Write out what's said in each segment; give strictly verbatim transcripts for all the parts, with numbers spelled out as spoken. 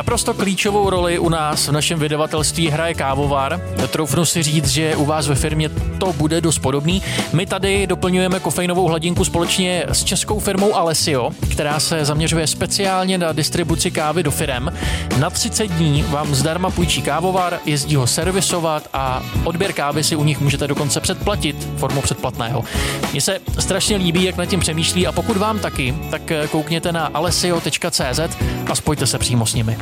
Naprosto klíčovou roli u nás v našem vydavatelství hraje kávovar. Troufnu si říct, že u vás ve firmě to bude dost podobný. My tady doplňujeme kofeinovou hladinku společně s českou firmou Alessio, která se zaměřuje speciálně na distribuci kávy do firem. Na třicet dní vám zdarma půjčí kávovar, jezdí ho servisovat a odběr kávy si u nich můžete dokonce předplatit formou předplatného. Mně se strašně líbí, jak nad tím přemýšlí, a pokud vám taky, tak koukněte na alessio tečka cé zet a spojte se přímo s nimi.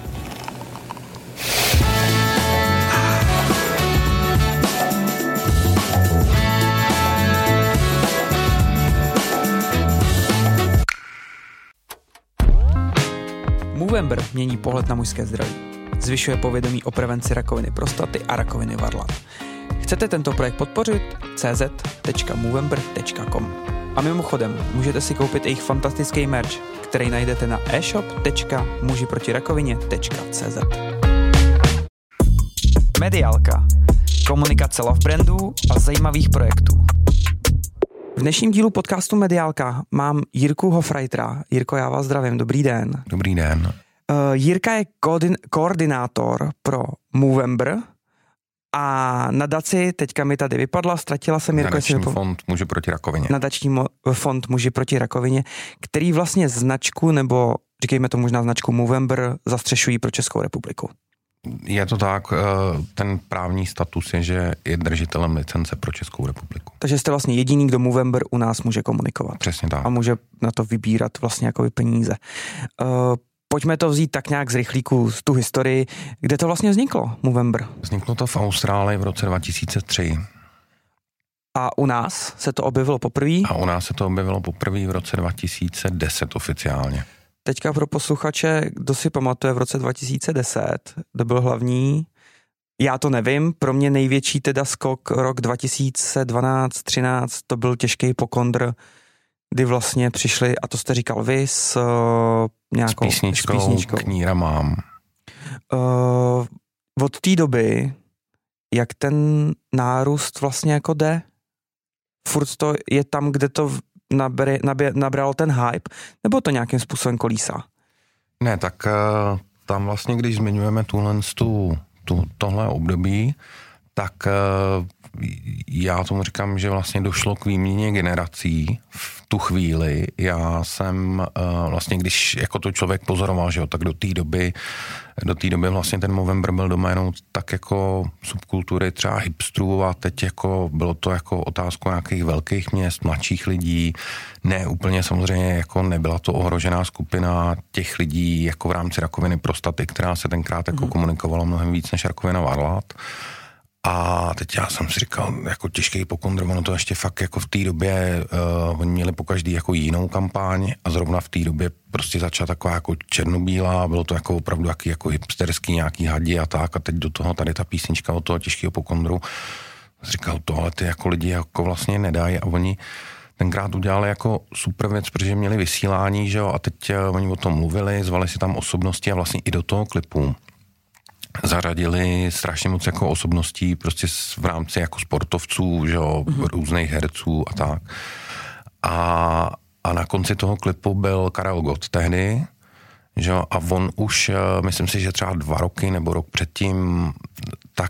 Movember mění pohled na mužské zdraví. Zvyšuje povědomí o prevenci rakoviny prostaty a rakoviny varlat. Chcete tento projekt podpořit? cé zet tečka movember tečka com. A mimochodem, můžete si koupit jejich fantastický merch, který najdete na e shop tečka muži proti rakovině tečka cé zet. Mediálka. Komunikace love brandů a zajímavých projektů. V dnešním dílu podcastu Mediálka mám Jirku Hofreitera. Jirko, já vás zdravím, dobrý den. Dobrý den. Uh, Jirka je koordin- koordinátor pro Movember a nadaci, teďka mi tady vypadla, ztratila jsem Jirko. Nadační po... fond Muži proti rakovině. Nadační mo- fond Muži proti rakovině, který vlastně značku, nebo říkejme to možná značku Movember, zastřešují pro Českou republiku. Je to tak, ten právní status je, že je držitelem licence pro Českou republiku. Takže jste vlastně jediný, kdo Movember u nás může komunikovat. Přesně tak. A může na to vybírat vlastně jako peníze. Uh, pojďme to vzít tak nějak z rychlíku, z tu historii. Kde to vlastně vzniklo, Movember? Vzniklo to v Austrálii v roce dva tisíce tři. A u nás se to objevilo poprvé? A u nás se to objevilo poprvé v roce dva tisíce deset oficiálně. Teďka pro posluchače, kdo si pamatuje v roce dva tisíce deset, kdo byl hlavní, já to nevím, pro mě největší teda skok rok dva tisíce dvanáct třináct, to byl těžký pokondr, kdy vlastně přišli, a to jste říkal vy, s uh, nějakou s písničkou, s písničkou. Kníra mám. Uh, od té doby, jak ten nárůst vlastně jako jde? Furt to je tam, kde to nabere, nabě, nabral ten hype, nebo to nějakým způsobem kolísá? Ne, tak uh, tam vlastně, když zmiňujeme tuhle, tu, tu, tohle období, tak uh, já tomu říkám, že vlastně došlo k výměně generací v tu chvíli. Já jsem uh, vlastně, když jako to člověk pozoroval, že jo, tak do té doby do té doby vlastně ten Movember byl doménou tak jako subkultury třeba hipstrů a teď jako bylo to jako otázka nějakých velkých měst, mladších lidí, ne úplně samozřejmě jako nebyla to ohrožená skupina těch lidí jako v rámci rakoviny prostaty, která se tenkrát jako mm. komunikovala mnohem víc než rakovina varlat. A teď já jsem si říkal, jako těžký pokondr, ono to ještě fakt jako v té době, uh, oni měli pokaždý jako jinou kampaň a zrovna v té době prostě začala taková jako černobílá, bylo to jako opravdu jaký, jako hipsterský nějaký hadi a tak a teď do toho tady ta písnička od toho těžkého pokondru, říkal, tohle ty jako lidi jako vlastně nedají a oni tenkrát udělali jako super věc, protože měli vysílání, že jo, a teď uh, oni o tom mluvili, zvali si tam osobnosti a vlastně i do toho klipu zařadili strašně moc jako osobností prostě v rámci jako sportovců, že jo, mm-hmm. různých herců a tak. A, a na konci toho klipu byl Karel Gott tehdy, že jo, a on už, myslím si, že třeba dva roky nebo rok předtím, tak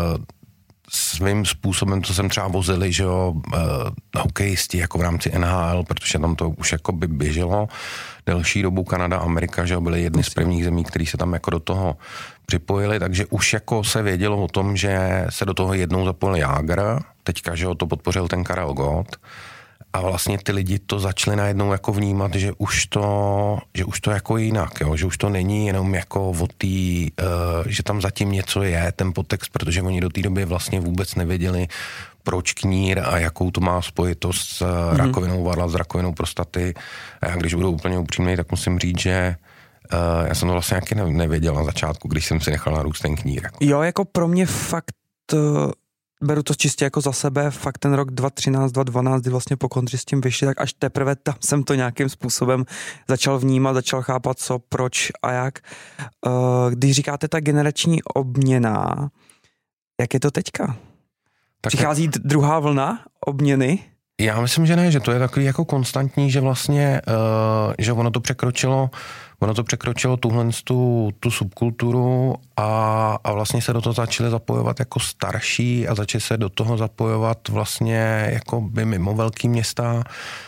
svým způsobem, co jsem třeba vozili, že jo, hokejisti jako v rámci N H L, protože tam to už jako by běželo delší dobu, Kanada, Amerika, že jo, byly jedny z prvních zemí, které se tam jako do toho připojili, takže už jako se vědělo o tom, že se do toho jednou zapojil Jágr, teďka, že jo, to podpořil ten Karel Gott a vlastně ty lidi to začali najednou jako vnímat, že už to, že už to jako jinak, jo, že už to není jenom jako o tý, uh, že tam zatím něco je, ten podtext, protože oni do té doby vlastně vůbec nevěděli, proč knír a jakou to má spojitost s mm-hmm. rakovinou varlat, s rakovinou prostaty. A já když budu úplně upřímný, tak musím říct, že uh, já jsem to vlastně nějaký nevěděl na začátku, když jsem si nechal narůst ten knír. Jako. Jo, jako pro mě fakt, uh, beru to čistě jako za sebe, fakt ten rok dva tisíce třináct, dva tisíce dvanáct, kdy vlastně po Kondři s tím vyšli, tak až teprve tam jsem to nějakým způsobem začal vnímat, začal chápat co, proč a jak. Uh, když říkáte ta generační obměna, jak je to teďka? Tak přichází jak... druhá vlna obměny? Já myslím, že ne, že to je takový jako konstantní, že vlastně, uh, že ono to překročilo, ono to překročilo tuhle tu, tu subkulturu a, a vlastně se do toho začaly zapojovat jako starší a začaly se do toho zapojovat vlastně jako by mimo velký města.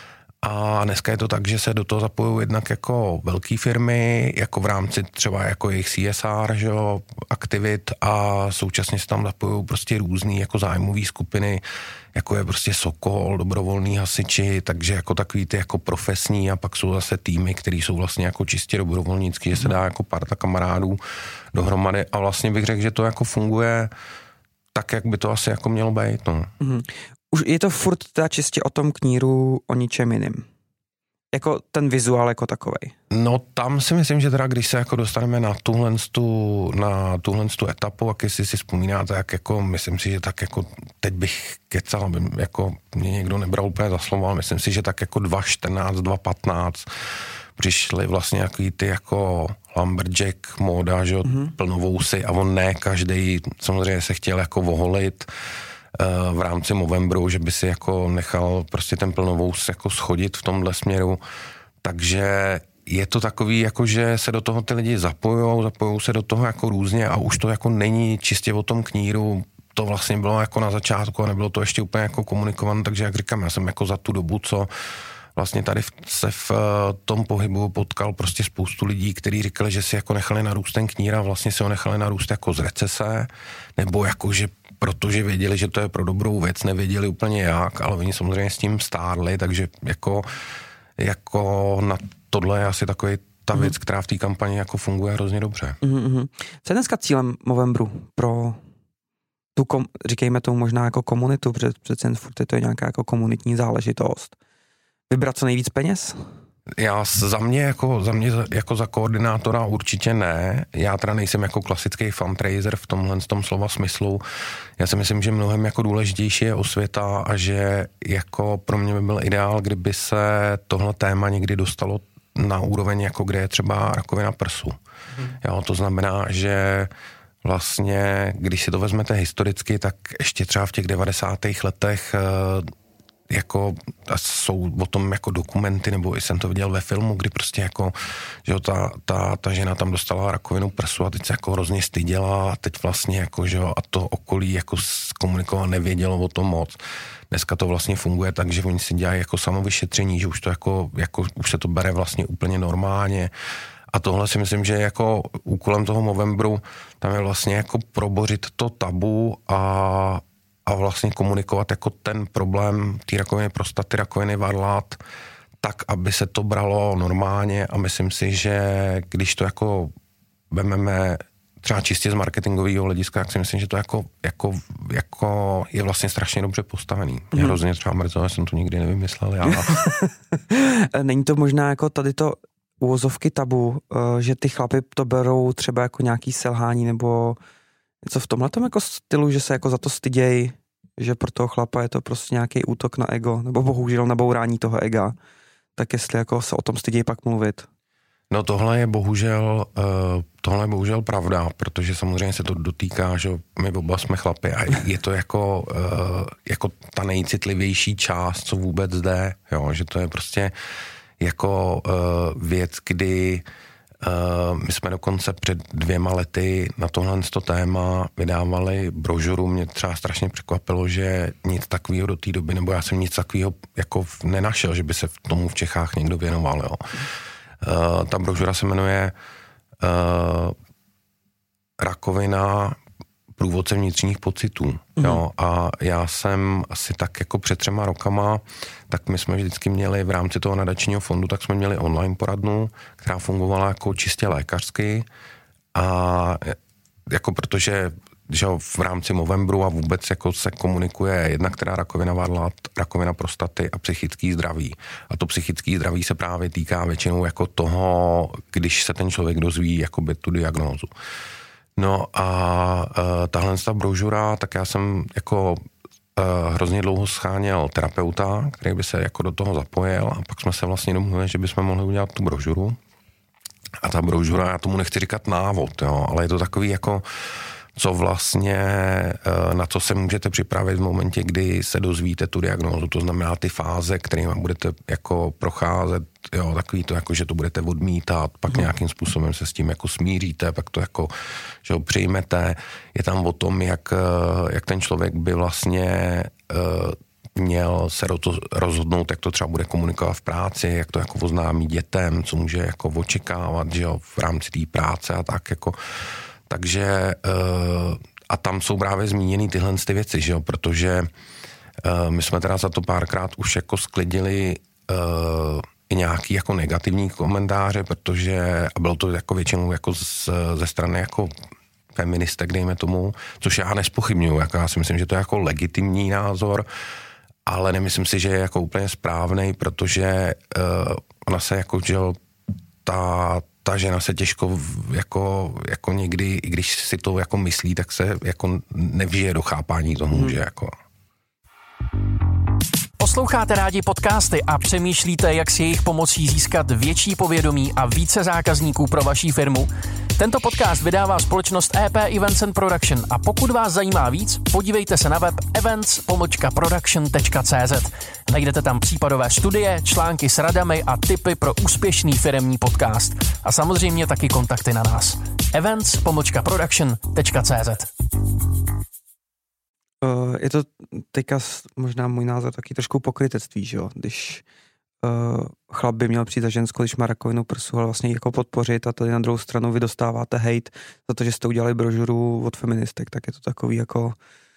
A dneska je to tak, že se do toho zapojují jednak jako velké firmy, jako v rámci třeba jako jejich C S R, že jo, aktivit a současně se tam zapojují prostě různý jako zájmové skupiny, jako je prostě Sokol, dobrovolní hasiči, takže jako takový ty jako profesní a pak jsou zase týmy, které jsou vlastně jako čistě dobrovolnický, že se dá jako parta kamarádů dohromady a vlastně bych řekl, že to jako funguje tak, jak by to asi jako mělo být, no. Mm-hmm. Už je to furt teda čistě o tom kníru, o ničem jiným. Jako ten vizuál jako takovej. No tam si myslím, že teda když se jako dostaneme na tuhle tu, na tuhle tu etapu, a když si si vzpomínáte, jak jako myslím si, že tak jako teď bych kecal, aby jako mě někdo nebral úplně za slovo, ale myslím si, že tak jako dva čtrnáct, dva patnáct přišly vlastně jaký ty jako lumberjack móda, že jo, mm-hmm. plnovousy a on ne každej samozřejmě se chtěl jako oholit v rámci Movembru, že by si jako nechal prostě ten plnovous jako schodit v tomhle směru. Takže je to takový, jako že se do toho ty lidi zapojujou, zapojujou se do toho jako různě a už to jako není čistě o tom kníru. To vlastně bylo jako na začátku a nebylo to ještě úplně jako komunikované, takže jak říkám, já jsem jako za tu dobu, co vlastně tady se v tom pohybu potkal prostě spoustu lidí, kteří říkali, že si jako nechali narůst ten knír a vlastně si ho nechali narůst jako z recese, nebo jako, že protože věděli, že to je pro dobrou věc, nevěděli úplně jak, ale oni samozřejmě s tím stárli, takže jako, jako na tohle je asi takový ta věc, mm. která v té kampani jako funguje hrozně dobře. Mm-hmm. Co je dneska cílem Movembru pro tu, kom, říkejme tomu možná jako komunitu, protože přece jen furt je to nějaká jako komunitní záležitost. Vybrat co nejvíc peněz? Já za mě jako za mě jako za koordinátora určitě ne. Já teda nejsem jako klasický fundraiser v tomhle z tom slova smyslu. Já si myslím, že mnohem jako důležitější je osvěta a že jako pro mě by byl ideál, kdyby se tohle téma někdy dostalo na úroveň, jako kde je třeba rakovina prsu. Hmm. Jo, to znamená, že vlastně, když si to vezmete historicky, tak ještě třeba v těch devadesátých letech jako jsou o tom jako dokumenty, nebo jsem to viděl ve filmu, kdy prostě jako, že jo, ta, ta, ta žena tam dostala rakovinu prsu a teď se jako hrozně styděla a teď vlastně jako, že jo, a to okolí jako komunikoval, nevědělo o tom moc. Dneska to vlastně funguje tak, že oni si dělají jako samovyšetření, že už to jako, jako už se to bere vlastně úplně normálně. A tohle si myslím, že jako úkolem toho Movembru tam je vlastně jako probořit to tabu a a vlastně komunikovat jako ten problém té rakoviny prostaty, rakoviny varlat, tak, aby se to bralo normálně a myslím si, že když to jako vememe třeba čistě z marketingového hlediska, tak si myslím, že to jako, jako, jako je vlastně strašně dobře postavený. Mm. Mě hrozně třeba mrzelo, že jsem to nikdy nevymyslel já. Není to možná jako tady to uvozovky tabu, že ty chlapy to berou třeba jako nějaký selhání nebo něco v tomhletom jako stylu, že se jako za to stydějí, že pro toho chlapa je to prostě nějaký útok na ego, nebo bohužel na bourání toho ega, tak jestli jako se o tom stydějí pak mluvit. No tohle je bohužel, uh, tohle je bohužel pravda, protože samozřejmě se to dotýká, že my oba jsme chlapi a je to jako, uh, jako ta nejcitlivější část, co vůbec jde, jo, že to je prostě jako uh, věc, kdy Uh, my jsme dokonce před dvěma lety na tohle téma vydávali brožuru. Mě třeba strašně překvapilo, že nic takového do té doby, nebo já jsem nic takového jako nenašel, že by se tomu v Čechách někdo věnoval. Jo. Uh, ta brožura se jmenuje uh, Rakovina průvodce vnitřních pocitů. Mm. Jo, a já jsem asi tak jako před třema rokama, tak my jsme vždycky měli v rámci toho nadačního fondu, tak jsme měli online poradnu, která fungovala jako čistě lékařsky a jako protože že v rámci Movembru a vůbec jako se komunikuje jedna, která rakovina varlat, rakovina prostaty a psychický zdraví. A to psychický zdraví se právě týká většinou jako toho, když se ten člověk dozví jakoby tu diagnózu. No a uh, tahle ta brožura, tak já jsem jako uh, hrozně dlouho scháněl terapeuta, který by se jako do toho zapojil a pak jsme se vlastně domluvili, že bychom mohli udělat tu brožuru. A ta brožura, já tomu nechci říkat návod, jo, ale je to takový jako co vlastně, na co se můžete připravit v momentě, kdy se dozvíte tu diagnózu, to znamená ty fáze, kterými budete jako procházet, jo, takový to, jako, že to budete odmítat, pak hmm. nějakým způsobem se s tím jako smíříte, pak to jako, že ho přijmete. Je tam o tom, jak, jak ten člověk by vlastně měl se rozhodnout, jak to třeba bude komunikovat v práci, jak to jako oznámí dětem, co může jako očekávat, že jo, v rámci té práce a tak jako. Takže a tam jsou právě zmíněny tyhle ty věci, že jo, protože my jsme teda za to párkrát už jako sklidili i nějaký jako negativní komentáře, protože, a bylo to jako většinou jako z, ze strany jako feministek, dejme tomu, což já nespochybňuju, jako já si myslím, že to je jako legitimní názor, ale nemyslím si, že je jako úplně správnej, protože uh, ona se jako, že ta, ta žena se těžko jako, jako někdy, i když si to jako myslí, tak se jako nevžije do chápání tomu, hmm. že jako... Posloucháte rádi podcasty a přemýšlíte, jak si jejich pomocí získat větší povědomí a více zákazníků pro vaší firmu? Tento podcast vydává společnost E P Events and Production a pokud vás zajímá víc, podívejte se na web events pomlčka production tečka cé zet. Najdete tam případové studie, články s radami a tipy pro úspěšný firemní podcast. A samozřejmě taky kontakty na nás. events pomlčka production tečka cé zet. Uh, je to teďka možná můj názor taky trošku pokrytectví, že jo, když uh, chlap by měl přijít za ženskou, když má rakovinu prsu, ale vlastně jako podpořit a tady na druhou stranu vy dostáváte hejt za to, že jste udělali brožuru od feministek, tak je to takový jako...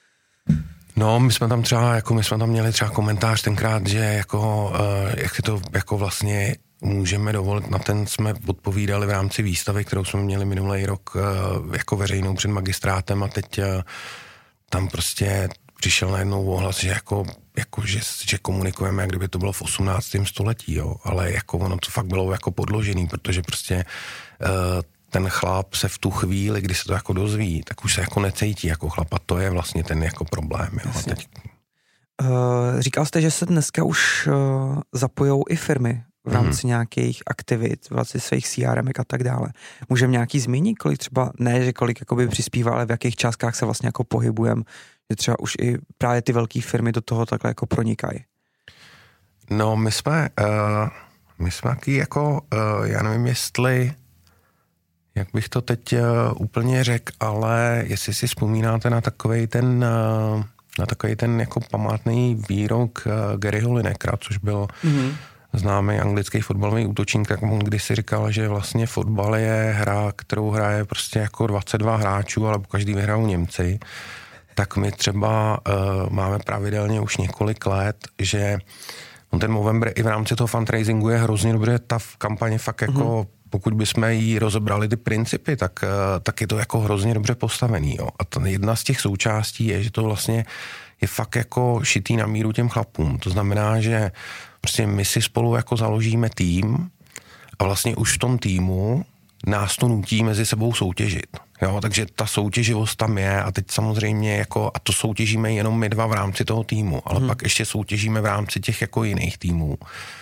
No, my jsme tam třeba, jako my jsme tam měli třeba komentář tenkrát, že jako, uh, jak si to jako vlastně můžeme dovolit, na ten jsme odpovídali v rámci výstavy, kterou jsme měli minulý rok uh, jako veřejnou před magistrátem a teď uh, tam prostě přišel najednou ohlas, že jako, jako že, že komunikujeme, jak kdyby to bylo v osmnáctém století, jo, ale jako ono to fakt bylo jako podložený, protože prostě uh, ten chlap se v tu chvíli, kdy se to jako dozví, tak už se jako necítí jako chlap a to je vlastně ten jako problém, jo. A teď... uh, říkal jste, že se dneska už uh, zapojou i firmy v rámci hmm. nějakých aktivit, v rámci svých C R M a tak dále. Můžeme nějaký zmínit, kolik třeba, ne, že kolik jakoby přispívá, ale v jakých částkách se vlastně jako pohybujeme, že třeba už i právě ty velké firmy do toho takhle jako pronikají? No, my jsme, uh, my jsme taky jako, uh, já nevím, jestli, jak bych to teď uh, úplně řekl, ale jestli si vzpomínáte na takovej ten, uh, na takovej ten jako památný výrok uh, Garyho Linekera, což byl mm-hmm. známý anglický fotbalový útočník, tak on kdysi říkal, že vlastně fotbal je hra, kterou hraje prostě jako dvacet dva hráčů, ale každý vyhrajou Němci. Tak my třeba uh, máme pravidelně už několik let, že on ten Movember i v rámci toho fundraisingu je hrozně dobře, ta kampaně fakt jako, mm-hmm. pokud bychom jí rozebrali ty principy, tak, uh, tak je to jako hrozně dobře postavený. Jo. A ta jedna z těch součástí je, že to vlastně je fakt jako šitý na míru těm chlapům. To znamená, že prostě my si spolu jako založíme tým a vlastně už v tom týmu nás to nutí mezi sebou soutěžit. Jo, takže ta soutěživost tam je a teď samozřejmě jako, a to soutěžíme jenom my dva v rámci toho týmu, ale hmm. pak ještě soutěžíme v rámci těch jako jiných týmů.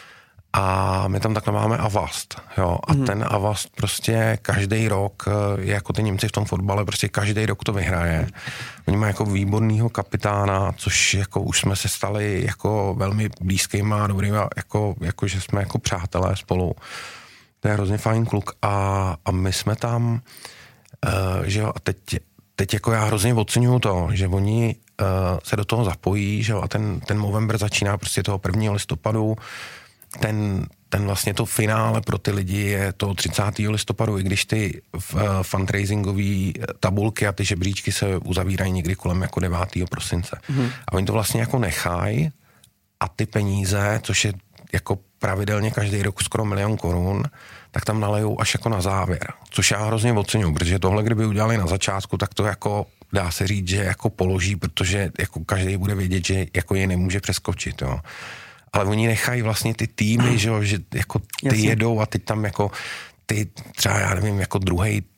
A my tam takhle máme Avast, jo, a hmm. ten Avast prostě každý rok, je jako ty Němci v tom fotbale, prostě každý rok to vyhraje. Oni mají jako výbornýho kapitána, což jako už jsme se stali jako velmi blízkýma a dobrýma, jako, jako že jsme jako přátelé spolu. To je hrozně fajn kluk a, a my jsme tam, uh, že jo, a teď, teď jako já hrozně oceňuju to, že oni uh, se do toho zapojí, že jo, a ten, ten Movember začíná prostě toho prvního listopadu, ten, ten vlastně to finále pro ty lidi je to třicátého listopadu, i když ty uh, fundraisingové tabulky a ty žebříčky se uzavírají někdy kolem jako devátého prosince. Mm. A oni to vlastně jako nechají a ty peníze, což je jako pravidelně každý rok skoro milion korun, tak tam nalejou až jako na závěr. Což já hrozně oceňuji, protože tohle, kdyby udělali na začátku, tak to jako dá se říct, že jako položí, protože jako každý bude vědět, že jako je nemůže přeskočit, jo. Ale oni nechají vlastně ty týmy, že, že jako ty Jasně. jedou a teď tam jako ty třeba, já nevím, jako druhej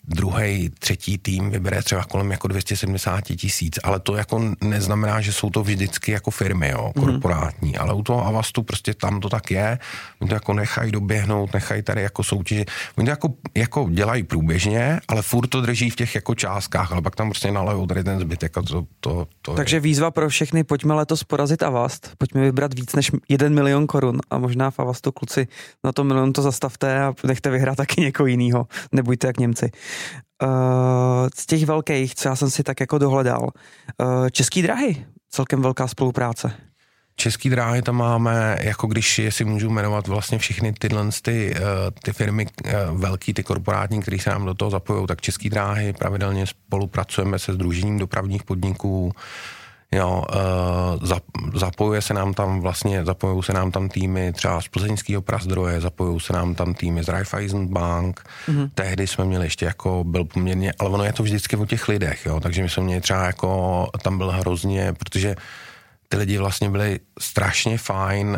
druhý, třetí tým vybere třeba kolem jako dvě stě sedmdesát tisíc, ale to jako neznamená, že jsou to vždycky jako firmy, jo, korporátní, mm. ale u toho Avastu prostě tam to tak je, oni to jako nechají doběhnout, nechají tady jako soutěže, oni to jako, jako dělají průběžně, ale furt to drží v těch jako částkách, ale pak tam prostě nalejou tady ten zbytek a to, to, to Takže je. Výzva pro všechny, pojďme letos porazit Avast, pojďme vybrat víc než jeden milion korun a možná v Avastu kluci na to milion to zastavte a nechte vyhrát taky někoho jinýho, nebuďte jak Němci. Uh, z těch velkých, co já jsem si tak jako dohledal, uh, Český dráhy, celkem velká spolupráce. Český dráhy tam máme, jako když, jestli můžu jmenovat vlastně všechny tyhle ty, ty firmy velký, ty korporátní, které se nám do toho zapojují, tak Český dráhy pravidelně spolupracujeme se Sdružením dopravních podniků, jo, zapojuje se nám tam vlastně, zapojují se nám tam týmy třeba z Plzeňského Prazdroje, zapojují se nám tam týmy z Raiffeisen Bank, mm-hmm. tehdy jsme měli ještě jako, byl poměrně, ale ono je to vždycky o těch lidech, jo, takže my jsme měli třeba jako, tam byl hrozně, protože ty lidi vlastně byli strašně fajn,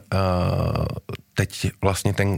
teď vlastně ten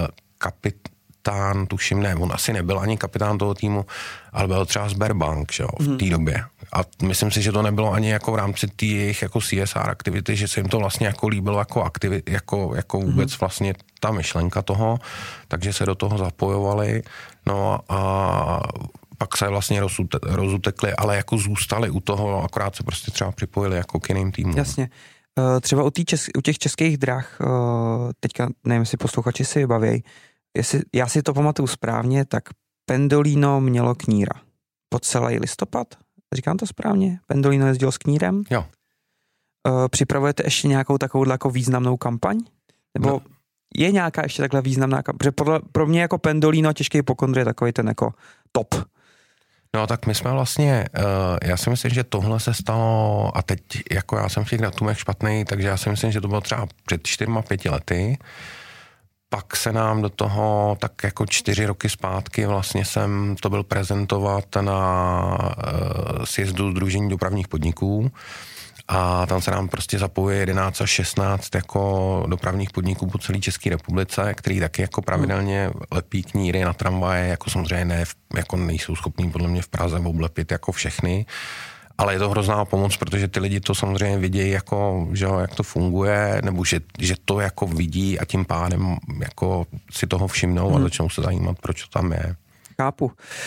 kapitán, tuším ne, on asi nebyl ani kapitán toho týmu, ale byl třeba Sberbank, že jo, v té době. A myslím si, že to nebylo ani jako v rámci té jejich jako C S R aktivity, že se jim to vlastně jako líbilo jako aktivit, jako, jako vůbec mm-hmm. vlastně ta myšlenka toho, takže se do toho zapojovali, no a pak se vlastně rozutekli, ale jako zůstali u toho, akorát se prostě třeba připojili jako k jiným týmům. Jasně. Třeba u, čes, u těch českých drah, teďka nevím, jestli posluchači si vybavějí, jestli já si to pamatuju správně, tak Pendolino mělo Kníra po celý listopad, říkám to správně? Pendolino jezdil s Knírem? Jo. Připravujete ještě nějakou takovou jako významnou kampaň? Nebo no. je nějaká ještě takhle významná kampaň? Protože podle, pro mě jako Pendolino a těžký pokondr je takový ten jako top. No tak my jsme vlastně, uh, já si myslím, že tohle se stalo a teď jako já jsem v těch datumech špatný, takže já si myslím, že to bylo třeba před čtyřma, pěti lety. Pak se nám do toho tak jako čtyři roky zpátky vlastně jsem to byl prezentovat na uh, sjezdu Sdružení dopravních podniků a tam se nám prostě zapojuje jedenáct až šestnáct jako dopravních podniků po celé České republice, který taky jako pravidelně lepí kníry na tramvaje, jako samozřejmě ne, jako nejsou schopní podle mě v Praze oblepit jako všechny, ale je to hrozná pomoc, protože ty lidi to samozřejmě vidějí, jako, že jo, jak to funguje, nebo že, že to jako vidí a tím pádem jako si toho všimnou hmm. a začnou se zajímat, proč to tam je. Chápu.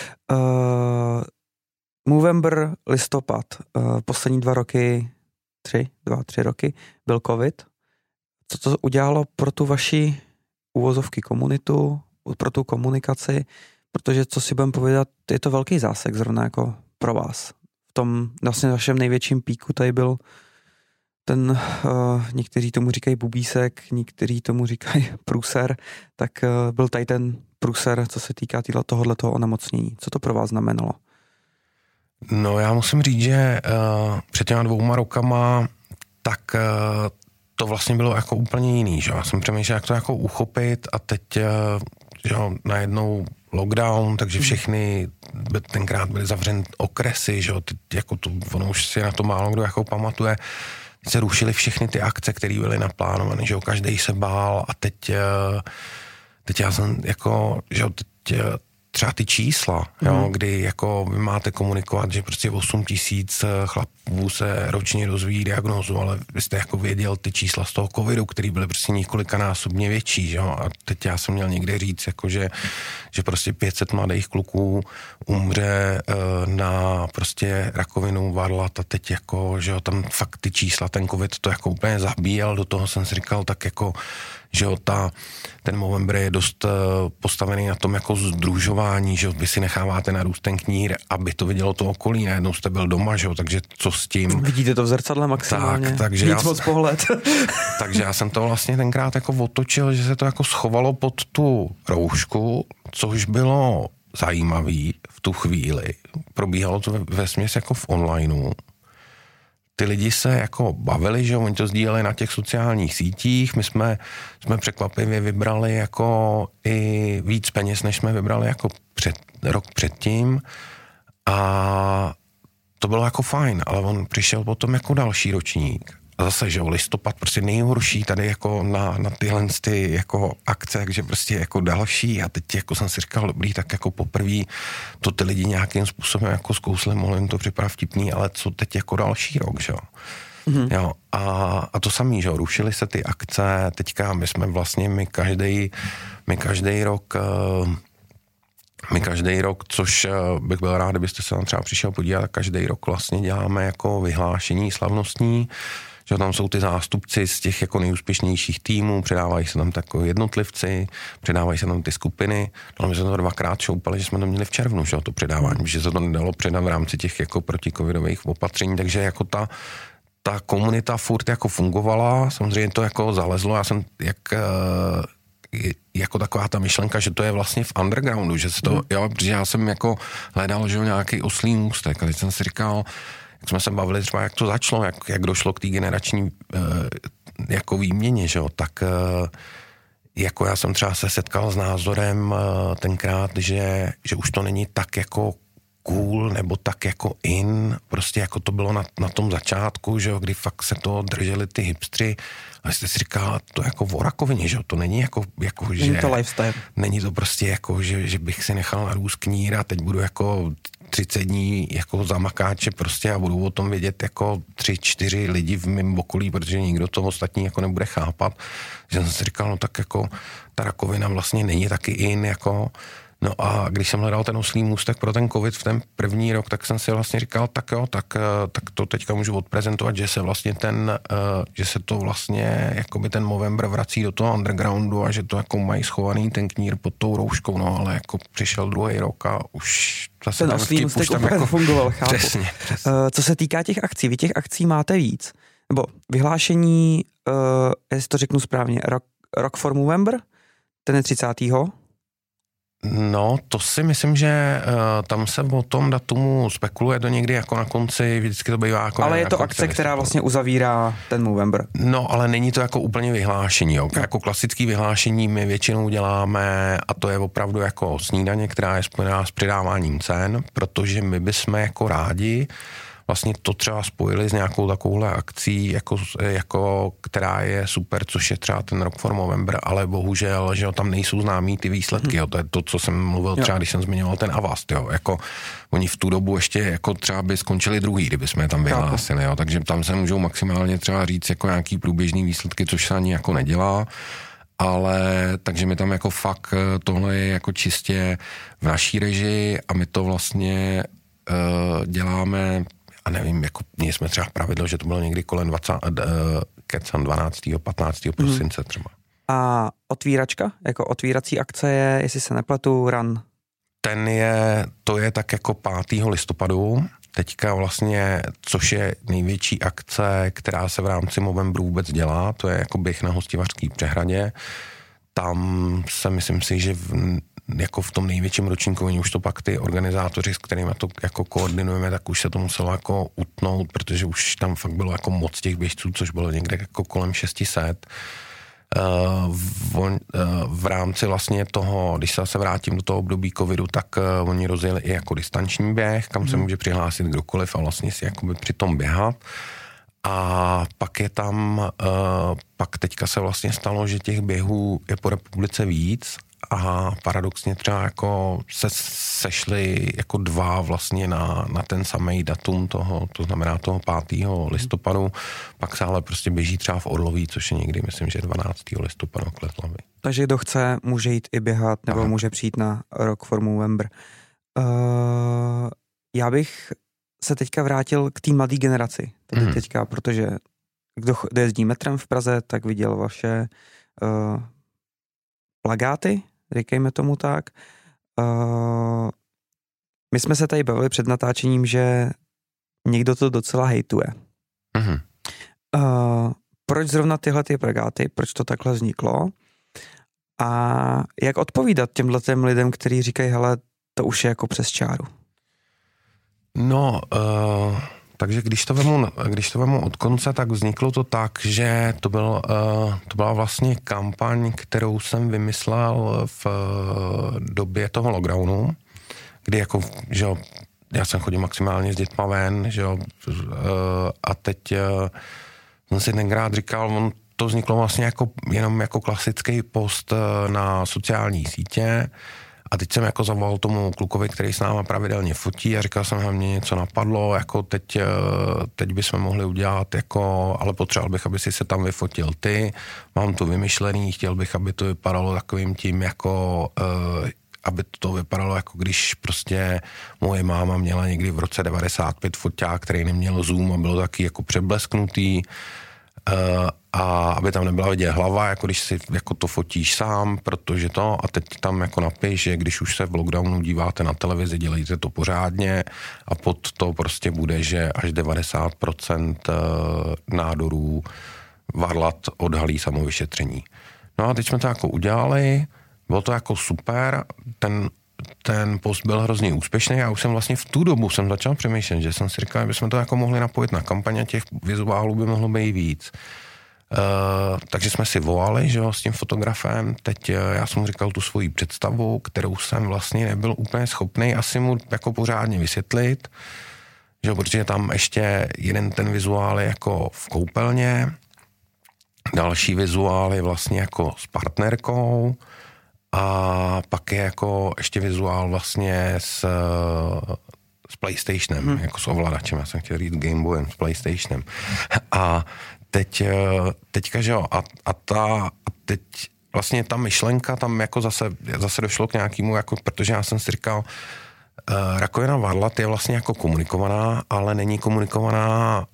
Uh, Movember, listopad, uh, poslední dva roky tři, dva, tři roky, byl covid. Co to udělalo pro tu vaši uvozovky komunitu, pro tu komunikaci, protože co si budeme povědět, je to velký zásek zrovna jako pro vás. V tom vlastně vašem největším píku tady byl ten, uh, někteří tomu říkají bubísek, někteří tomu říkají průser, tak uh, byl tady ten průser, co se týká tohoto onemocnění. Co to pro vás znamenalo? No já musím říct, že uh, před těma dvouma rokama tak uh, to vlastně bylo jako úplně jiný, že já jsem přemýšlel, jak to jako uchopit a teď uh, že najednou lockdown, takže všechny tenkrát byly zavřený okresy, že teď jako to, ono už si na to málo kdo jako pamatuje, se rušily všechny ty akce, které byly naplánované, že jo, každý se bál a teď, uh, teď já jsem jako, že jo, teď uh, třeba ty čísla, jo, hmm. kdy jako vy máte komunikovat, že prostě osm tisíc chlapů se ročně dozví diagnózu, ale vy jste jako věděl ty čísla z toho covidu, který byly prostě několikanásobně větší, že jo, a teď já jsem měl někde říct, jako že, že prostě pět set mladých kluků umře uh, na prostě rakovinu varlat a teď jako, že jo, tam fakt ty čísla, ten covid to jako úplně zabíjel, do toho jsem si říkal, tak jako že jo, ta, ten Movember je dost uh, postavený na tom jako sdružování, že jo, vy si necháváte narůst ten knír, aby to vidělo to okolí, najednou jste byl doma, že jo, takže co s tím? Vidíte to v zrcadle maximálně, tak, takže nic já, moc pohled. Takže já jsem to vlastně tenkrát jako otočil, že se to jako schovalo pod tu roušku, což bylo zajímavý v tu chvíli. Probíhalo to vesměs jako v onlineu. Ty lidi se jako bavili, že oni to sdíleli na těch sociálních sítích, my jsme, jsme překvapivě vybrali jako i víc peněz, než jsme vybrali jako před, rok předtím a to bylo jako fajn, ale on přišel potom jako další ročník a zase, že jo, listopad prostě nejhorší tady jako na, na tyhle ty jako akce, takže prostě jako další a teď jako jsem si říkal, dobrý, tak jako poprvé to ty lidi nějakým způsobem jako zkousli, mohli jim to připadat vtipný, ale co teď jako další rok, že jo. Mm-hmm. Jo, a, a to samý, že jo, rušily se ty akce, teďka my jsme vlastně, my každý, my každý rok, my každý rok, což bych byl rád, kdybyste se tam třeba přišel podívat, tak každý rok vlastně děláme jako vyhlášení slavnostní, že tam jsou ty zástupci z těch jako nejúspěšnějších týmů, předávají se tam takové jednotlivci, předávají se tam ty skupiny. No, my jsme to dvakrát šoupali, že jsme to měli v červnu, že to předávání, že se to nedalo předat v rámci těch jako protikovidových opatření, takže jako ta ta komunita furt jako fungovala, samozřejmě to jako zalezlo, já jsem jak, jako taková ta myšlenka, že to je vlastně v undergroundu, že se to, mm. jo, protože já jsem jako hledal, že jo, nějaký oslý můstek, a teď jsem si říkal, jak jsme se bavili třeba, jak to začalo, jak, jak došlo k té generační jako výměně, že jo, tak jako já jsem třeba se setkal s názorem tenkrát, že, že už to není tak jako cool, nebo tak jako in, prostě jako to bylo na, na tom začátku, že jo, kdy fakt se to drželi ty hipstři, a jste si říkala, to jako v Orakovině, že jo, to není jako, jako není že... Není to lifestyle. Není to prostě jako, že, že bych si nechal narůst knír a teď budu jako třicet dní jako zamakáče prostě a budu o tom vědět jako tři, čtyři lidi v mém okolí, protože nikdo to ostatní jako nebude chápat. Že jsem si říkal, no tak jako ta rakovina vlastně není taky in, jako. No a když jsem hledal ten oslý můstek pro ten covid v ten první rok, tak jsem si vlastně říkal, tak jo, tak, tak to teďka můžu odprezentovat, že se vlastně ten, že se to vlastně, jakoby ten Movember vrací do toho undergroundu a že to jako mají schovaný ten knír pod tou rouškou, no ale jako přišel druhý rok a už zase ten ten oslý můstek úplně jako nefungoval, chápu. Přesně, přesně. Uh, co se týká těch akcí, vy těch akcí máte víc, nebo vyhlášení, uh, jestli to řeknu správně, Rock, Rock for Movember, ten je třicátého No, to si myslím, že uh, tam se o tom datumu spekuluje do někdy jako na konci, vždycky to bývá jako... Ale je to akce, která vlastně uzavírá ten Movember. No, ale není to jako úplně vyhlášení, jo. No. Jako klasický vyhlášení my většinou děláme a to je opravdu jako snídaně, která je spojená s přidáváním cen, protože my bychom jako rádi vlastně to třeba spojili s nějakou takovouhle akcí, jako, jako, která je super, což je třeba ten Rock for Movember, ale bohužel, že jo, tam nejsou známý ty výsledky, jo, to je to, co jsem mluvil jo. třeba, když jsem zmiňoval ten Avast, jo, jako oni v tu dobu ještě jako třeba by skončili druhý, kdyby jsme je tam vyhlásili, jo, takže tam se můžou maximálně třeba říct jako nějaký průběžný výsledky, což se ani jako nedělá, ale takže my tam jako fakt tohle je jako čistě v naší režii a my to vlastně uh, děláme. A nevím, jako měli jsme třeba pravidlo, že to bylo někdy kolem dvacátého, dvanáctého, patnáctého prosince třeba. A otvíračka, jako otvírací akce je, jestli se nepletu, Run. Ten je, to je tak jako pátého listopadu, teďka vlastně, což je největší akce, která se v rámci Movembru vůbec dělá, to je jako běh na Hostivařský přehradě. Tam se myslím si, že v, jako v tom největším ročníku, oni už to pak ty organizátoři, s kterými to jako koordinujeme, tak už se to muselo jako utnout, protože už tam fakt bylo jako moc těch běžců, což bylo někde jako kolem šest set. Uh, v, uh, v rámci vlastně toho, když se zase vrátím do toho období covidu, tak uh, oni rozjeli i jako distanční běh, kam hmm. se může přihlásit kdokoliv a vlastně si jakoby při tom běhat. A pak je tam, uh, pak teďka se vlastně stalo, že těch běhů je po republice víc a paradoxně třeba jako se sešly jako dva vlastně na, na ten samý datum toho, to znamená toho pátého listopadu, pak se ale prostě běží třeba v Orloví, což je někdy, myslím, že dvanáctého listopadu Kletlavy. Takže kdo chce, může jít i běhat, nebo Aha. může přijít na Rock for Movember. Uh, já bych se teďka vrátil k té mladé generaci, tedy hmm. teďka, protože kdo, kdo jezdí metrem v Praze, tak viděl vaše uh, plagáty, říkejme tomu tak. Uh, my jsme se tady bavili před natáčením, že někdo to docela hejtuje. Hmm. Uh, proč zrovna tyhle ty plagáty, proč to takhle vzniklo a jak odpovídat těmhle těm lidem, kteří říkají, hele, to už je jako přes čáru. No, uh, takže když to vemu, když to vemu od konce, tak vzniklo to tak, že to, byl, uh, to byla vlastně kampaň, kterou jsem vymyslel v uh, době toho lockdownu, kdy jako, že jo, já jsem chodil maximálně s dětma ven, že jo, uh, a teď uh, jsem si tenkrát říkal, on to vzniklo vlastně jako, jenom jako klasický post na sociální sítě a teď jsem jako zavolal tomu klukovi, který s náma pravidelně fotí a říkal jsem, že mě něco napadlo, jako teď, teď bychom mohli udělat, jako, ale potřeboval bych, aby si se tam vyfotil ty, mám to vymyšlený, chtěl bych, aby to vypadalo takovým tím, jako, aby to vypadalo, jako když prostě moje máma měla někdy v roce devadesát pět foťák, který neměl zoom a bylo taky jako přeblesknutý, a aby tam nebyla vidět hlava, jako když si jako to fotíš sám, protože to, a teď tam jako napiš, že když už se v lockdownu díváte na televizi, dělejte to pořádně a pod to prostě bude, že až devadesát procent nádorů varlat odhalí samovyšetření. No a teď jsme to jako udělali, bylo to jako super, ten ten post byl hrozně úspěšný a už jsem vlastně v tu dobu jsem začal přemýšlet, že jsem si říkal, že bychom to jako mohli napojit na kampaně, těch vizuálů by mohlo být víc. Uh, takže jsme si volali, že jo, s tím fotografem, teď uh, já jsem mu říkal tu svoji představu, kterou jsem vlastně nebyl úplně schopný asi mu jako pořádně vysvětlit, že jo, protože tam ještě jeden ten vizuál je jako v koupelně, další vizuál je vlastně jako s partnerkou, a pak je jako ještě vizuál vlastně s, s PlayStationem, hmm. jako s ovladačem, já jsem chtěl říct Game Boyem, s PlayStationem. A teď, teďka, že jo, a, a ta, a teď vlastně ta myšlenka tam jako zase, zase došlo k nějakému, jako, protože já jsem si říkal, uh, rakovina varlat je vlastně jako komunikovaná, ale není komunikovaná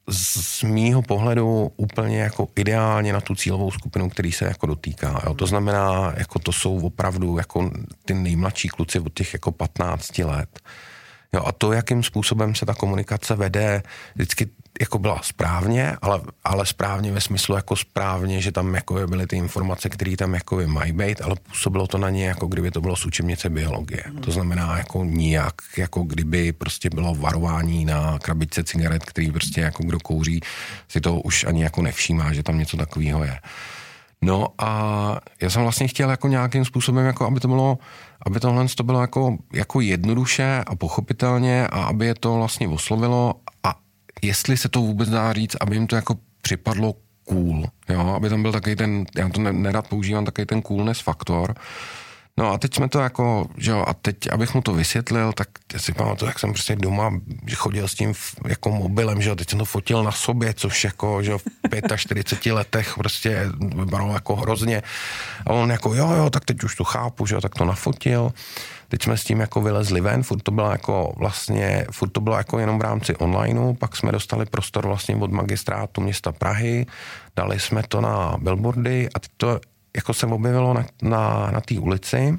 z mýho pohledu úplně jako ideálně na tu cílovou skupinu, který se jako dotýká. Jo. To znamená, jako to jsou opravdu jako ty nejmladší kluci od těch jako patnácti let. Jo, a to, jakým způsobem se ta komunikace vede, vždycky jako byla správně, ale, ale správně ve smyslu jako správně, že tam jako byly ty informace, které tam jako mají být, ale působilo to na ně, jako kdyby to bylo z učebnice biologie. Hmm. To znamená jako nijak, jako kdyby prostě bylo varování na krabičce cigaret, který prostě jako kdo kouří, si to už ani jako nevšímá, že tam něco takového je. No a já jsem vlastně chtěl jako nějakým způsobem, jako aby to bylo, aby tohle to bylo jako, jako jednoduše a pochopitelně a aby je to vlastně oslovilo a jestli se to vůbec dá říct, aby jim to jako připadlo cool, jo, aby tam byl takový ten, já to nerad používám, takový ten coolness faktor. No a teď jsme to jako, že jo, a teď, abych mu to vysvětlil, tak já si pamatuju, jak jsem prostě doma chodil s tím jako mobilem, že jo, teď jsem to fotil na sobě, což jako, že jo, v čtyřiceti pěti letech prostě vypadalo jako hrozně. A on jako, jo, jo, tak teď už to chápu, že jo, tak to nafotil. Teď jsme s tím jako vylezli ven, furt to bylo jako vlastně, furt to bylo jako jenom v rámci onlineu, pak jsme dostali prostor vlastně od magistrátu města Prahy, dali jsme to na billboardy a teď to jako se objevilo na, na, na té ulici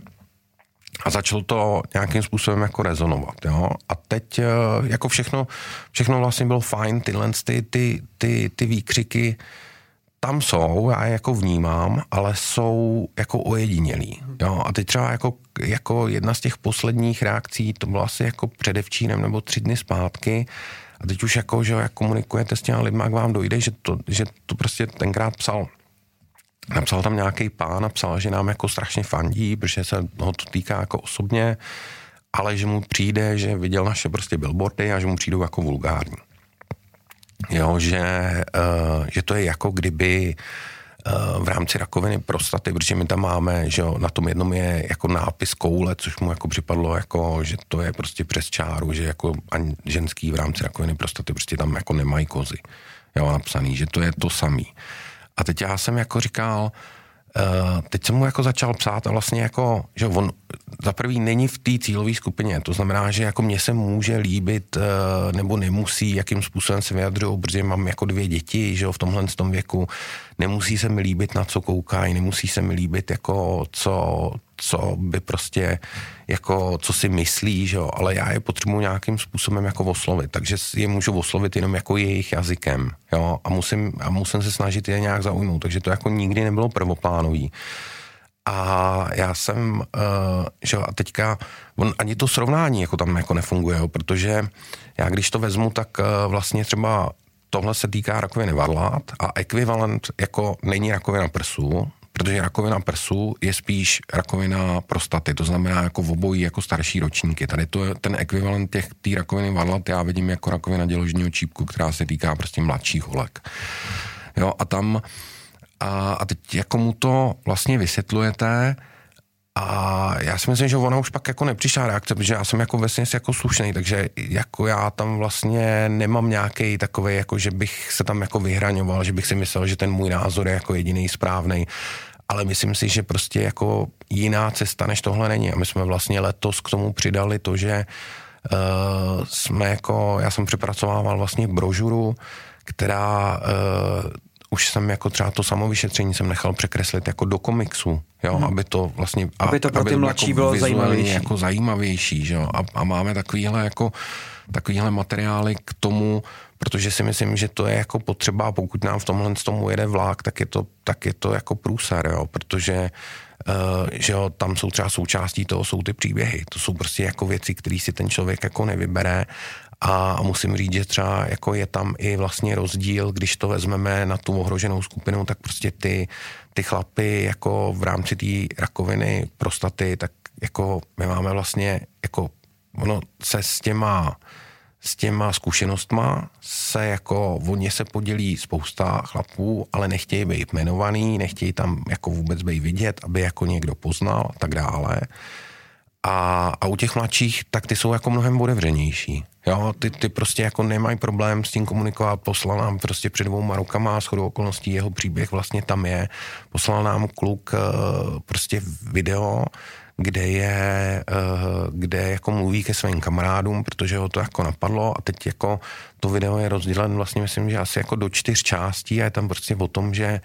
a začalo to nějakým způsobem jako rezonovat, jo. A teď jako všechno, všechno vlastně bylo fajn, tyhle ty, ty, ty, ty výkřiky tam jsou, já je jako vnímám, ale jsou jako ojedinělý, jo. A teď třeba jako, jako jedna z těch posledních reakcí, to bylo asi jako předevčírem nebo tři dny zpátky, a teď už jako, že jak komunikujete s těma lidma, jak vám dojde, že to, že to prostě tenkrát psal Napsal tam nějaký pán, napsal, že nám jako strašně fandí, protože se ho to týká jako osobně, ale že mu přijde, že viděl naše prostě billboardy a že mu přijdou jako vulgární. Jo, že, uh, že to je jako kdyby uh, v rámci rakoviny prostaty, protože my tam máme, že jo, na tom jednom je jako nápis koule, což mu jako připadlo jako, že to je prostě přes čáru, že jako ani ženský v rámci rakoviny prostaty prostě tam jako nemají kozy. Jo, napsaný, že to je to samý. A teď já jsem jako říkal, uh, teď jsem mu jako začal psát a vlastně jako, že on za prvý není v té cílové skupině, to znamená, že jako mně se může líbit uh, nebo nemusí, jakým způsobem se vyjadřují, protože mám jako dvě děti, že jo, v tomhle z tom věku, nemusí se mi líbit, na co koukají, nemusí se mi líbit jako co, co by prostě jako, co si myslí, že jo, ale já je potřebuji nějakým způsobem jako oslovit, takže je můžu oslovit jenom jako jejich jazykem, jo, a musím, a musím se snažit je nějak zaujmout, takže to jako nikdy nebylo prvoplánový. A já jsem, uh, že jo, a teďka, on, ani to srovnání jako tam jako nefunguje, jo, protože já když to vezmu, tak uh, vlastně třeba tohle se týká rakoviny varlat a ekvivalent jako není rakovina prsu, protože rakovina prsu je spíš rakovina prostaty, to znamená jako v obojí jako starší ročníky. Tady to je ten ekvivalent těch té rakoviny varlat, já vidím jako rakovina děložního čípku, která se týká prostě mladších holek. Jo, a tam a, a teď jako mu to vlastně vysvětlujete a já si myslím, že ona už pak jako nepřišla reakce, protože já jsem jako vesměs jako slušnej, takže jako já tam vlastně nemám nějaký takovej, jako že bych se tam jako vyhraňoval, že bych si myslel, že ten můj názor je jako jediný správnej, ale myslím si, že prostě jako jiná cesta než tohle není a my jsme vlastně letos k tomu přidali to, že uh, jsme jako, já jsem přepracovával vlastně brožuru, která uh, už jsem jako třeba to samovyšetření jsem nechal překreslit jako do komiksu, jo, hmm. aby to vlastně... Aby to pro ty mladší jako bylo zajímavější. Jako zajímavější, že jo, a, a máme takovýhle jako takovýhle materiály k tomu, protože si myslím, že to je jako potřeba, pokud nám v tomhle z tomu jede vlak, tak je to, tak je to jako průser, jo, protože Uh, že jo, tam jsou třeba součástí toho, jsou ty příběhy. To jsou prostě jako věci, které si ten člověk jako nevybere a musím říct, že třeba jako je tam i vlastně rozdíl, když to vezmeme na tu ohroženou skupinu, tak prostě ty, ty chlapy jako v rámci té rakoviny prostaty, tak jako my máme vlastně jako ono se s těma s těma zkušenostma se jako, oni se podělí spousta chlapů, ale nechtějí být jmenovaný, nechtějí tam jako vůbec být vidět, aby jako někdo poznal a tak dále. A, a u těch mladších, tak ty jsou jako mnohem otevřenější. Jo, ty, ty prostě jako nemají problém s tím komunikovat, poslal nám prostě před dvouma rokama, shodou okolností jeho příběh vlastně tam je, poslal nám kluk prostě video, kde je, kde jako mluví ke svým kamarádům, protože ho to jako napadlo a teď jako to video je rozdělen vlastně myslím, že asi jako do čtyř částí a je tam prostě o tom, že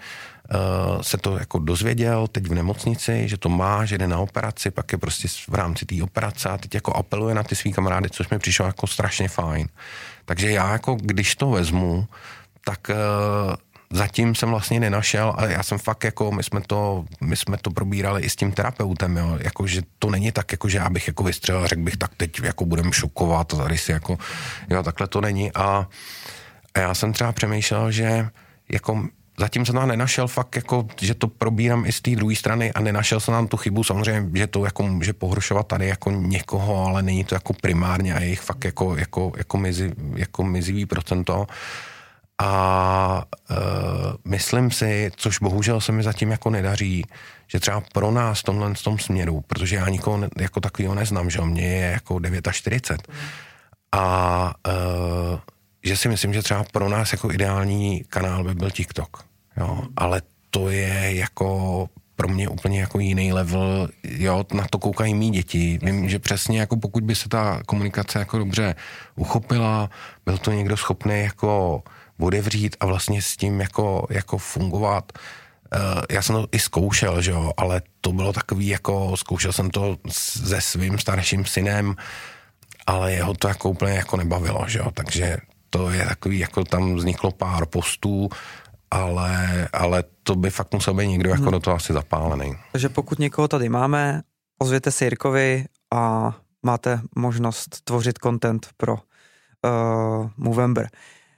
se to jako dozvěděl teď v nemocnici, že to má, že jde na operaci, pak je prostě v rámci té operace a teď jako apeluje na ty svý kamarády, což mi přišlo jako strašně fajn. Takže já jako když to vezmu, tak zatím jsem vlastně nenašel a já jsem fakt jako, my jsme to, my jsme to probírali i s tím terapeutem, jo, jako, že to není tak, jako, že já bych jako vystřelil a řekl bych, tak teď jako budem šokovat a tady si jako, jo, takhle to není a, a já jsem třeba přemýšlel, že jako zatím jsem tam nenašel fakt jako, že to probírám i z té druhé strany a nenašel jsem tam tu chybu, samozřejmě, že to jako může pohoršovat tady jako někoho, ale není to jako primárně a je jich fakt jako, jako, jako, mizi, jako mizivý procento. A e, myslím si, což bohužel se mi zatím jako nedaří, že třeba pro nás v tomhle v tom směru, protože já nikoho ne, jako takovýho neznám, že mě je jako čtyřicet devět a e, že si myslím, že třeba pro nás jako ideální kanál by byl TikTok, jo, ale to je jako pro mě úplně jako jiný level, jo, na to koukají mý děti, vím, že přesně jako pokud by se ta komunikace jako dobře uchopila, byl to někdo schopný jako odevřít a vlastně s tím jako, jako fungovat. Já jsem to i zkoušel, že jo, ale to bylo takový jako, zkoušel jsem to se svým starším synem, ale jeho to jako úplně jako nebavilo, že jo, takže to je takový, jako tam vzniklo pár postů, ale, ale to by fakt musel být někdo jako do toho asi zapálený. Takže pokud někoho tady máme, ozvěte se Jirkovi a máte možnost tvořit content pro uh, Movember.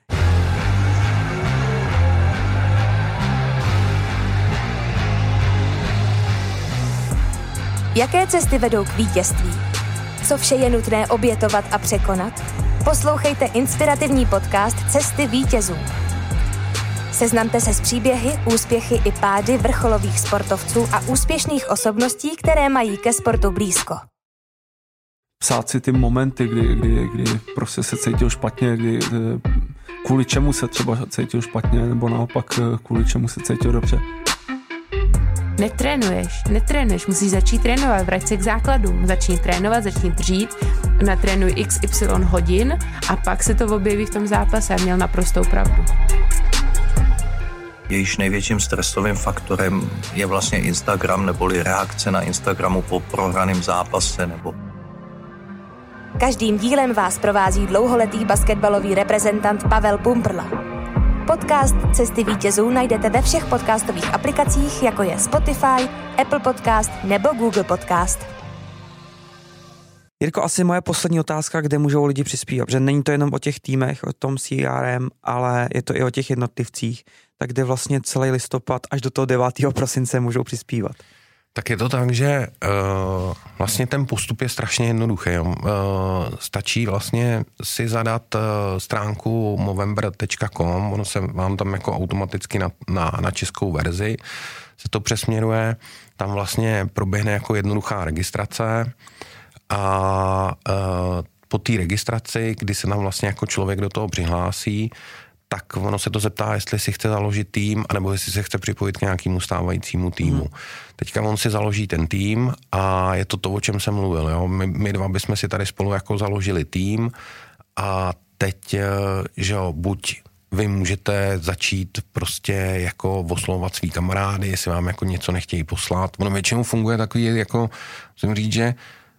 Jaké cesty vedou k vítězství? Co vše je nutné obětovat a překonat? Poslouchejte inspirativní podcast Cesty vítězů. Seznamte se s příběhy, úspěchy i pády vrcholových sportovců a úspěšných osobností, které mají ke sportu blízko. Psát si ty momenty, kdy, kdy, kdy prostě se cítil špatně, kdy, kvůli čemu se třeba cítil špatně, nebo naopak kvůli čemu se cítil dobře. Netrénuješ, netrénuješ, musíš začít trénovat, vrať se k základům, začni trénovat, začni dřít, natrénuj x y hodin a pak se to objeví v tom zápase a měl naprostou pravdu. Jejíž největším stresovým faktorem je vlastně Instagram neboli reakce na Instagramu po prohraném zápase nebo Každým dílem vás provází dlouholetý basketbalový reprezentant Pavel Pumprla. Podcast Cesty vítězů najdete ve všech podcastových aplikacích, jako je Spotify, Apple Podcast nebo Google Podcast. Jirko, asi moje poslední otázka, kde můžou lidi přispívat, že není to jenom o těch týmech, o tom C R M, ale je to i o těch jednotlivcích, tak kde vlastně celý listopad až do toho devátého prosince můžou přispívat. Tak je to tak, že uh, vlastně ten postup je strašně jednoduchý. Uh, stačí vlastně si zadat uh, stránku movember tečka com, ono se vám tam jako automaticky na, na, na českou verzi se to přesměruje, tam vlastně proběhne jako jednoduchá registrace a uh, po té registraci, kdy se nám vlastně jako člověk do toho přihlásí, tak ono se to zeptá, jestli si chce založit tým, anebo jestli se chce připojit k nějakému stávajícímu týmu. Hmm. Teďka on si založí ten tým a je to to, o čem jsem mluvil. Jo? My, my dva bychom si tady spolu jako založili tým a teď, že jo, buď vy můžete začít prostě jako oslovovat svý kamarády, jestli vám jako něco nechtějí poslat. Ono většinou funguje takový, jako musím říct, že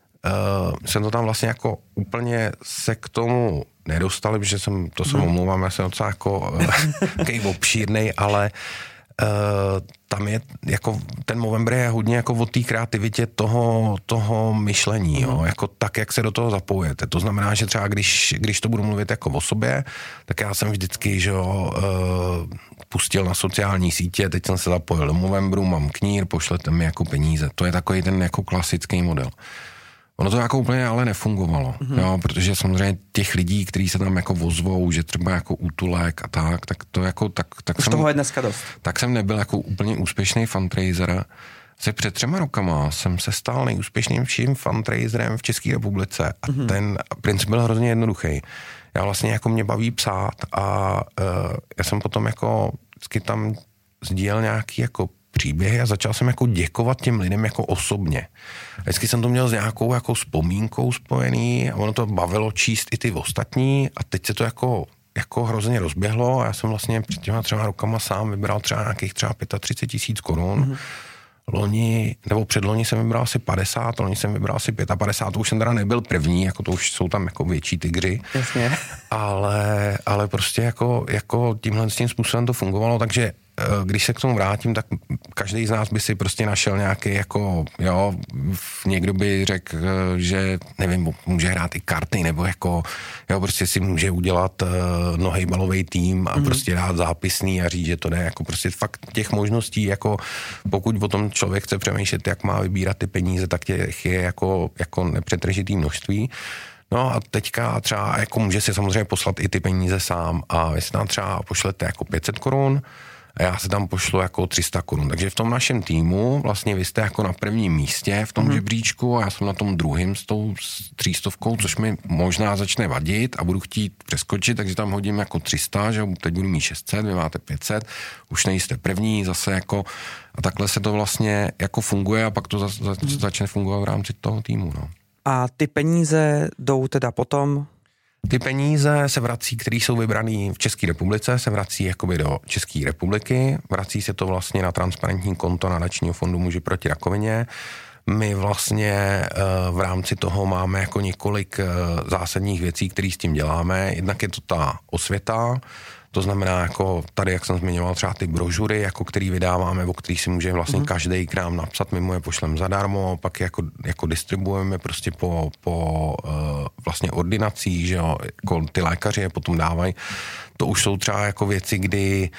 Uh, jsem to tam vlastně jako úplně se k tomu nedostali, protože jsem, to se hmm. omlouvám, já jsem docela jako takový obšírnej, ale uh, tam je jako, ten Movember je hodně jako o té kreativitě toho, toho myšlení, hmm. jo, jako tak, jak se do toho zapojete. To znamená, že třeba když, když to budu mluvit jako o sobě, tak já jsem vždycky, že jo, uh, pustil na sociální sítě, teď jsem se zapojil do Movemberu, mám knír, pošlete mi jako peníze. To je takový ten jako klasický model. Ono to jako úplně ale nefungovalo, mm-hmm. jo, protože samozřejmě těch lidí, kteří se tam jako vozvou, že třeba jako útulek a tak, tak to jako, tak, tak Už jsem, toho je dneska dost. Tak jsem nebyl jako úplně úspěšný fundraiser. Se před třema rokama jsem se stal nejúspěšnějším fundraiserem v České republice a mm-hmm. ten princip byl hrozně jednoduchý. Já vlastně jako mě baví psát a uh, já jsem potom jako vždycky tam sdílel nějaký jako příběhy a začal jsem jako děkovat těm lidem jako osobně. Vždycky jsem to měl s nějakou jako vzpomínkou spojený a ono to bavilo číst i ty ostatní a teď se to jako, jako hrozně rozběhlo a já jsem vlastně před těma třeba rokama sám vybral třeba nějakých třeba třicet pět tisíc korun. Mm-hmm. Loni, nebo předloni jsem vybral asi padesát, loni jsem vybral asi padesát pět, to už jsem teda nebyl první, jako to už jsou tam jako větší tygři. Jasně. Ale, ale prostě jako, jako tímhle s tím způsobem to fungovalo, takže když se k tomu vrátím, tak každý z nás by si prostě našel nějaký jako, jo, někdo by řekl, že nevím, může hrát i karty, nebo jako, jo, prostě si může udělat uh, nohejbalový tým a mm-hmm. prostě dát zápisný a říct, že to jde, jako prostě fakt těch možností, jako pokud o tom člověk chce přemýšlet, jak má vybírat ty peníze, tak těch je jako, jako nepřetržitý množství. No a teďka třeba jako může si samozřejmě poslat i ty peníze sám a vy si tam třeba pošlete jako pět set korun, a já se tam pošlu jako tři sta korun. Takže v tom našem týmu vlastně vy jste jako na prvním místě v tom mm. žebříčku a já jsem na tom druhým s tou třístovkou, což mi možná začne vadit a budu chtít přeskočit, takže tam hodím jako tři sta, že teď budu mít šest set, vy máte pět set, už nejste první, zase jako a takhle se to vlastně jako funguje a pak to za, za, mm. začne fungovat v rámci toho týmu. No. A ty peníze jdou teda potom? Ty peníze se vrací, které jsou vybrané v České republice, se vrací jakoby do České republiky, vrací se to vlastně na transparentní konto nadačního fondu Muži proti rakovině. My vlastně v rámci toho máme jako několik zásadních věcí, které s tím děláme. Jednak je to ta osvěta, to znamená, jako tady, jak jsem zmiňoval, třeba ty brožury, jako který vydáváme, o kterých si může vlastně mm. každý k nám napsat, my mu je pošlem zadarmo, pak jako, jako distribuujeme prostě po, po uh, vlastně ordinacích, že jo, jako ty lékaři je potom dávají. To už jsou třeba jako věci, kdy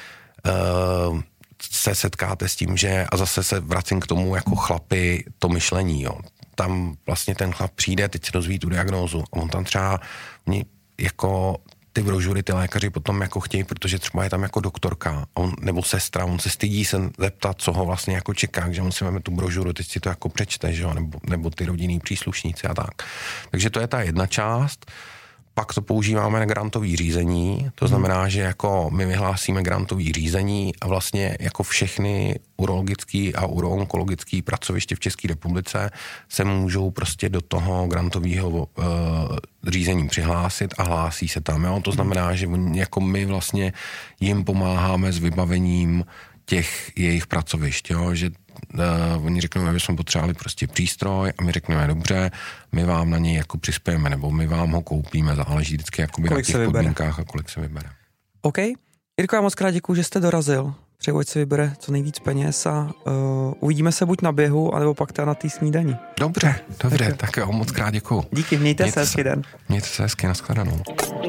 uh, se setkáte s tím, že, a zase se vracím k tomu jako chlapi, to myšlení, jo. Tam vlastně ten chlap přijde, teď se dozví tu diagnózu a on tam třeba oni jako ty brožury, ty lékaři potom jako chtějí, protože třeba je tam jako doktorka on, nebo sestra, on se stydí se zeptat, co ho vlastně jako čeká, že on si veme tu brožuru, teď si to jako přečte, že jo, nebo, nebo ty rodinný příslušníci a tak. Takže to je ta jedna část. Pak to používáme na grantové řízení, to znamená, že jako my vyhlásíme grantové řízení a vlastně jako všechny urologické a uroonkologické pracoviště v České republice se můžou prostě do toho grantového uh, řízení přihlásit a hlásí se tam. Jo? To znamená, že jako my vlastně jim pomáháme s vybavením těch jejich pracovišť, jo? Že Uh, oni řeknou, že jsme potřebovali prostě přístroj a my řekneme, dobře, my vám na něj jako přispějeme, nebo my vám ho koupíme, záleží vždycky jakoby na těch podmínkách a kolik se vybere. OK. Jirko, já moc krát děkuju, že jste dorazil. Přeju, ať si vybere co nejvíc peněz a uh, uvidíme se buď na běhu, anebo pak teda na té snídani. Dobře, dobře, tak jo, moc krát děkuju. Díky, mějte, mějte se hezký den. Mějte se hezky, nashledanou.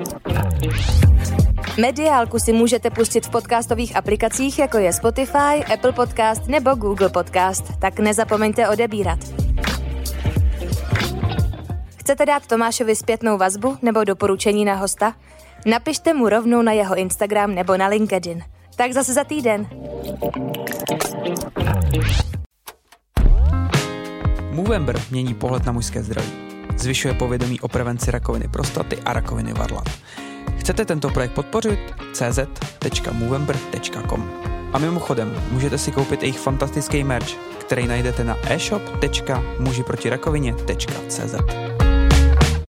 Mediálku si můžete pustit v podcastových aplikacích, jako je Spotify, Apple Podcast nebo Google Podcast, tak nezapomeňte odebírat. Chcete dát Tomášovi zpětnou vazbu nebo doporučení na hosta? Napište mu rovnou na jeho Instagram nebo na LinkedIn. Tak zase za týden. Movember mění pohled na mužské zdraví. Zvyšuje povědomí o prevenci rakoviny prostaty a rakoviny varlat. Chcete tento projekt podpořit? c z tečka movember tečka com. A mimochodem, můžete si koupit jejich fantastický merch, který najdete na e shop tečka muži proti rakovině tečka c z.